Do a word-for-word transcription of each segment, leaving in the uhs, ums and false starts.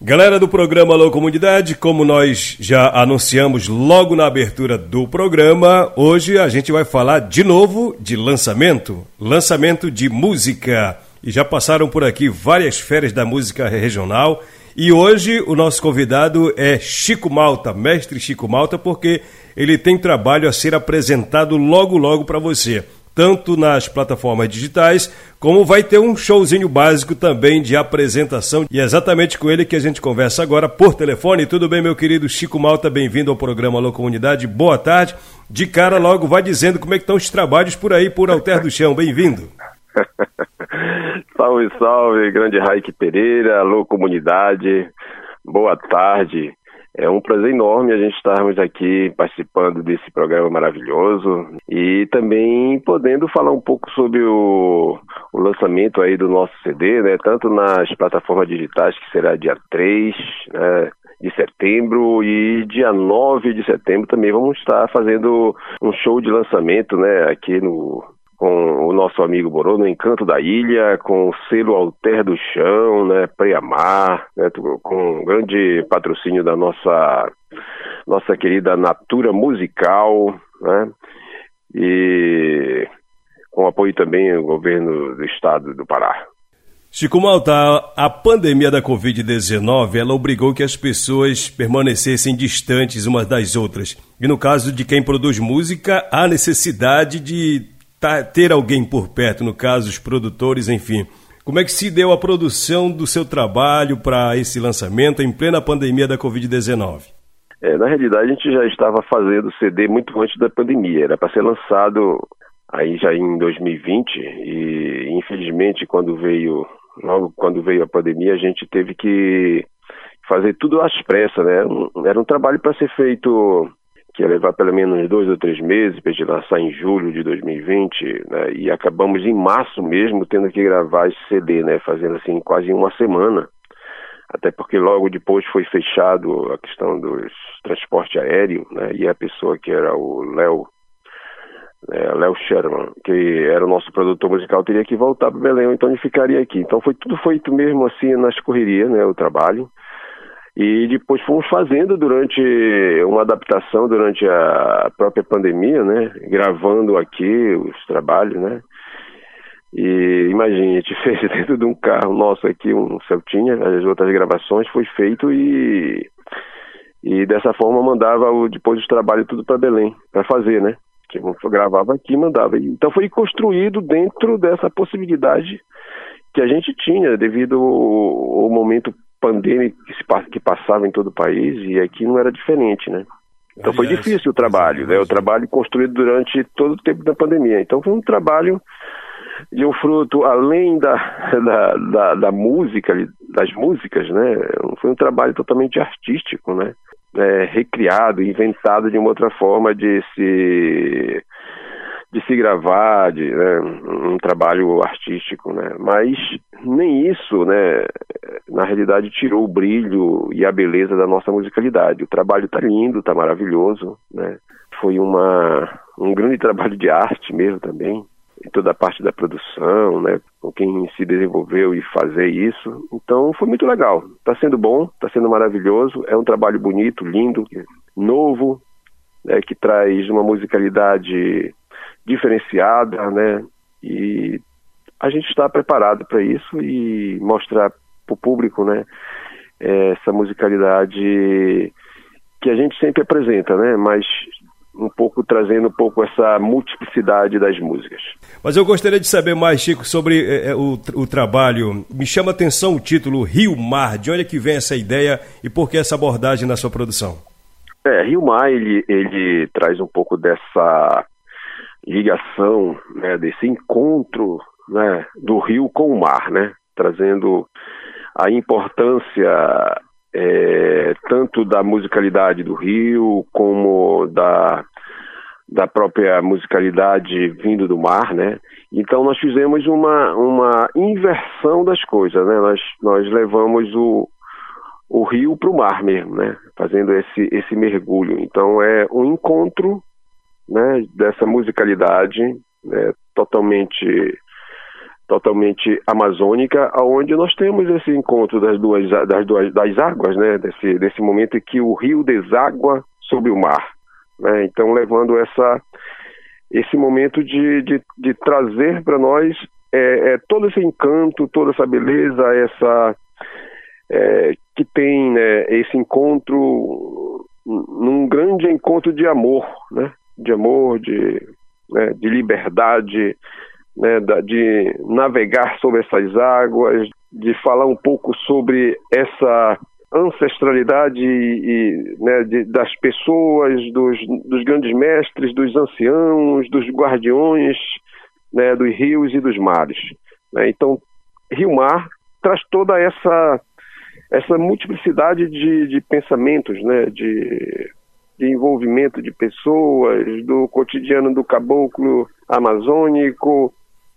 Galera do programa Alô Comunidade, como nós já anunciamos logo na abertura do programa, hoje a gente vai falar de novo de lançamento, lançamento de música. E já passaram por aqui várias férias da música regional e hoje o nosso convidado é Chico Malta, mestre Chico Malta, porque ele tem trabalho a ser apresentado logo logo para você, tanto nas plataformas digitais, como vai ter um showzinho básico também de apresentação. E é exatamente com ele que a gente conversa agora por telefone. Tudo bem, meu querido Chico Malta? Bem-vindo ao programa Alô Comunidade. Boa tarde. De cara logo, vai dizendo como é que estão os trabalhos por aí, por Alter do Chão. Bem-vindo. Salve, salve, grande Raik Pereira, Alô Comunidade. Boa tarde. É um prazer enorme a gente estarmos aqui participando desse programa maravilhoso e também podendo falar um pouco sobre o, o lançamento aí do nosso C D, né? Tanto nas plataformas digitais, que será dia três, né, de setembro, e dia nove de setembro também vamos estar fazendo um show de lançamento, né, aqui no... com o nosso amigo Borô, no Encanto da Ilha, com o selo Alter do Chão, né, Preamar, né, com um grande patrocínio da nossa, nossa querida Natura Musical, né, e com apoio também do governo do estado do Pará. Chico Malta, a pandemia da covid dezenove, ela obrigou que as pessoas permanecessem distantes umas das outras. E no caso de quem produz música, há necessidade de ter alguém por perto, no caso os produtores, enfim. Como é que se deu a produção do seu trabalho para esse lançamento em plena pandemia da covid dezenove? É, na realidade, a gente já estava fazendo C D muito antes da pandemia. Era para ser lançado aí já em dois mil e vinte e, infelizmente, quando veio, logo quando veio a pandemia, a gente teve que fazer tudo às pressas, né? Era um trabalho para ser feito, que ia levar pelo menos dois ou três meses para a gente lançar em julho de dois mil e vinte, né? E acabamos em março mesmo tendo que gravar esse C D, né? Fazendo assim quase uma semana, até porque logo depois foi fechado a questão dos transporte aéreo, né? E a pessoa que era o Léo, né? Léo Sherman, que era o nosso produtor musical, teria que voltar para Belém, então ele ficaria aqui. Então foi tudo feito mesmo assim nas correrias, né? O trabalho. E depois fomos fazendo durante uma adaptação durante a própria pandemia, né? Gravando aqui os trabalhos, né? E imagine, a gente fez dentro de um carro nosso aqui, um Celtinha, as outras gravações foi feito e, e dessa forma mandava o, depois os trabalhos tudo para Belém, para fazer, né? Tipo, gravava aqui e mandava. Então foi construído dentro dessa possibilidade que a gente tinha devido ao, ao momento pandêmica que, se, que passava em todo o país, e aqui não era diferente, né? Então foi difícil o trabalho, né? O trabalho construído durante todo o tempo da pandemia. Então foi um trabalho de um fruto, além da, da, da, da música, das músicas, né? Foi um trabalho totalmente artístico, né? É, recriado, inventado de uma outra forma de se... de se gravar, de, né, um trabalho artístico, né? Mas nem isso, né, na realidade tirou o brilho e a beleza da nossa musicalidade. O trabalho tá lindo, tá maravilhoso, né? Foi uma, um grande trabalho de arte mesmo também, em toda a parte da produção, né, com quem se desenvolveu e fazer isso. Então foi muito legal, tá sendo bom, tá sendo maravilhoso, é um trabalho bonito, lindo, novo, né, que traz uma musicalidade diferenciada, né? E a gente está preparado para isso e mostrar para o público, né, essa musicalidade que a gente sempre apresenta, né? Mas um pouco trazendo um pouco essa multiplicidade das músicas. Mas eu gostaria de saber mais, Chico, sobre é, o, o trabalho. Me chama a atenção o título Rio Mar. De onde é que vem essa ideia e por que essa abordagem na sua produção? É, Rio Mar, ele, ele traz um pouco dessa ligação, né, desse encontro, né, do rio com o mar, né, trazendo a importância é, tanto da musicalidade do rio como da, da própria musicalidade vindo do mar, né. Então nós fizemos uma, uma inversão das coisas, né, nós, nós levamos o, o rio para o mar mesmo, né, fazendo esse, esse mergulho. Então é um encontro, né, dessa musicalidade, né, totalmente totalmente amazônica, onde nós temos esse encontro das duas das duas das águas, né? Desse desse momento em que o rio deságua sobre o mar, né? Então, levando essa esse momento de, de, de trazer para nós é, é, todo esse encanto, toda essa beleza, essa é, que tem, né, esse encontro num grande encontro de amor, né? De amor, de, né, de liberdade, né, de navegar sobre essas águas, de falar um pouco sobre essa ancestralidade e, né, de, das pessoas, dos, dos grandes mestres, dos anciãos, dos guardiões, né, dos rios e dos mares, né? Então, Rio-Mar traz toda essa, essa multiplicidade de, de pensamentos, né, de, de envolvimento de pessoas, do cotidiano do caboclo amazônico,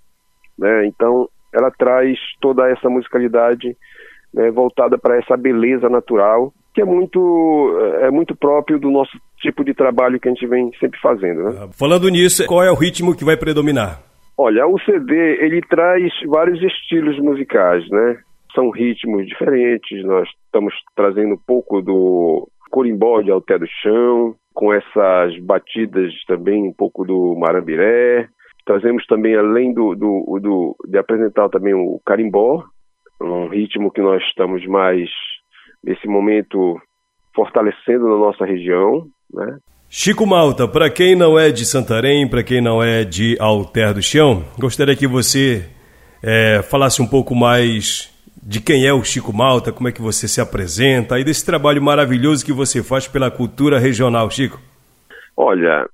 né? Então, ela traz toda essa musicalidade, né, voltada para essa beleza natural, que é muito, é muito próprio do nosso tipo de trabalho que a gente vem sempre fazendo, né? Falando nisso, qual é o ritmo que vai predominar? Olha, o C D, ele traz vários estilos musicais, né? São ritmos diferentes, nós estamos trazendo um pouco do corimbó de Alter do Chão, com essas batidas também um pouco do marambiré. Trazemos também, além do, do, do, de apresentar também o carimbó, um ritmo que nós estamos mais, nesse momento, fortalecendo na nossa região, né? Chico Malta, para quem não é de Santarém, para quem não é de Alter do Chão, gostaria que você é, falasse um pouco mais de quem é o Chico Malta, como é que você se apresenta e desse trabalho maravilhoso que você faz pela cultura regional, Chico. Olha,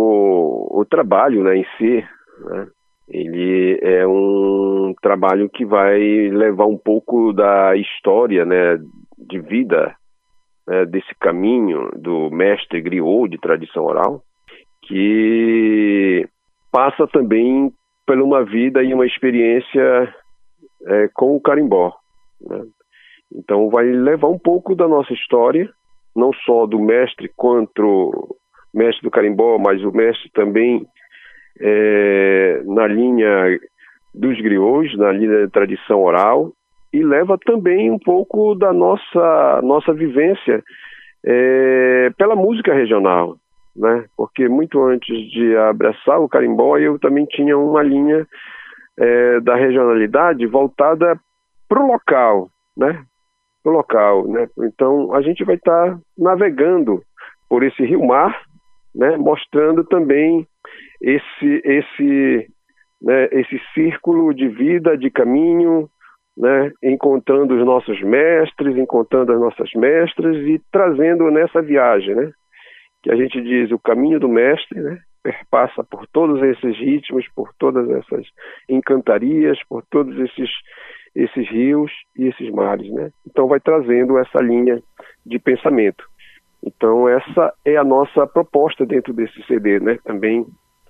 o, o trabalho, né, em si, né, ele é um trabalho que vai levar um pouco da história, né, de vida, né, desse caminho do mestre griot de tradição oral, que passa também por uma vida e uma experiência é, com o carimbó, né? Então vai levar um pouco da nossa história, não só do mestre quanto mestre do carimbó, mas o mestre também É, na linha dos griots, na linha da tradição oral, e leva também um pouco da nossa, nossa vivência é, pela música regional, né? Porque muito antes de abraçar o carimbó, eu também tinha uma linha é, da regionalidade voltada para o local, né? Pro local, né? Então a gente vai estar tá navegando por esse rio-mar, né? Mostrando também esse esse né, esse círculo de vida, de caminho, né, encontrando os nossos mestres, encontrando as nossas mestras e trazendo nessa viagem, né, que a gente diz o caminho do mestre, né, perpassa por todos esses ritmos, por todas essas encantarias, por todos esses esses rios e esses mares, né? Então vai trazendo essa linha de pensamento. Então essa é a nossa proposta dentro desse C D, né? Também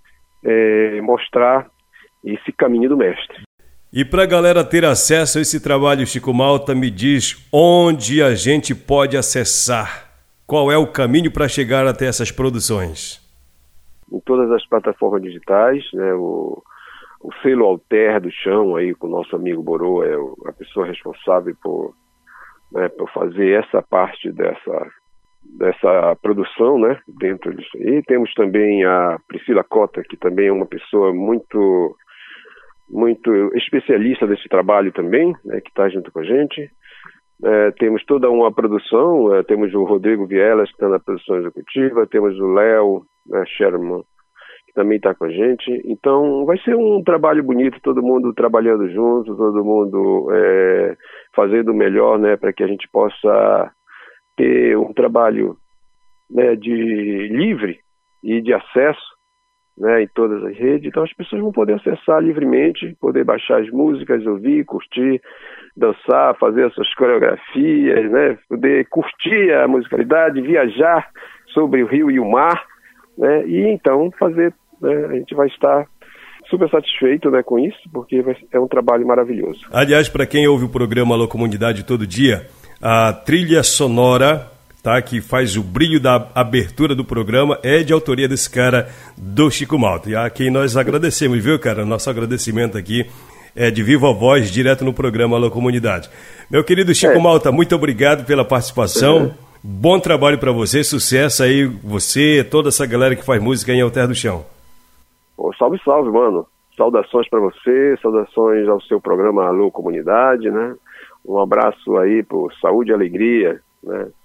É, mostrar esse caminho do mestre. E para a galera ter acesso a esse trabalho, Chico Malta, me diz onde a gente pode acessar. Qual é o caminho para chegar até essas produções? Em todas as plataformas digitais, né, o, o selo Alter do Chão, aí, com o nosso amigo Borô, é a pessoa responsável por, né, por fazer essa parte dessa... dessa produção, né, dentro disso. E temos também a Priscila Cota, que também é uma pessoa muito muito especialista desse trabalho também, né, que está junto com a gente. É, temos toda uma produção, é, temos o Rodrigo Vielas, que está na produção executiva, temos o Léo, né, Sherman, que também está com a gente. Então vai ser um trabalho bonito, todo mundo trabalhando junto, todo mundo é, fazendo o melhor, né, para que a gente possa ter um trabalho, né, de livre e de acesso, né, em todas as redes. Então as pessoas vão poder acessar livremente, poder baixar as músicas, ouvir, curtir, dançar, fazer as suas coreografias, né, poder curtir a musicalidade, viajar sobre o rio e o mar, né, e então fazer, né, a gente vai estar super satisfeito, né, com isso, porque vai, é um trabalho maravilhoso. Aliás, para quem ouve o programa Alô Comunidade todo dia, a trilha sonora, tá, que faz o brilho da abertura do programa é de autoria desse cara, do Chico Malta. E a quem nós agradecemos, viu, cara? Nosso agradecimento aqui é, de viva voz, direto no programa Alô Comunidade. Meu querido Chico é. Malta, muito obrigado pela participação. Uhum. Bom trabalho para você, sucesso aí, você, toda essa galera que faz música em Alter do Chão. Oh, salve, salve, mano. Saudações para você, saudações ao seu programa Alô Comunidade, né? Um abraço aí por saúde e alegria, né?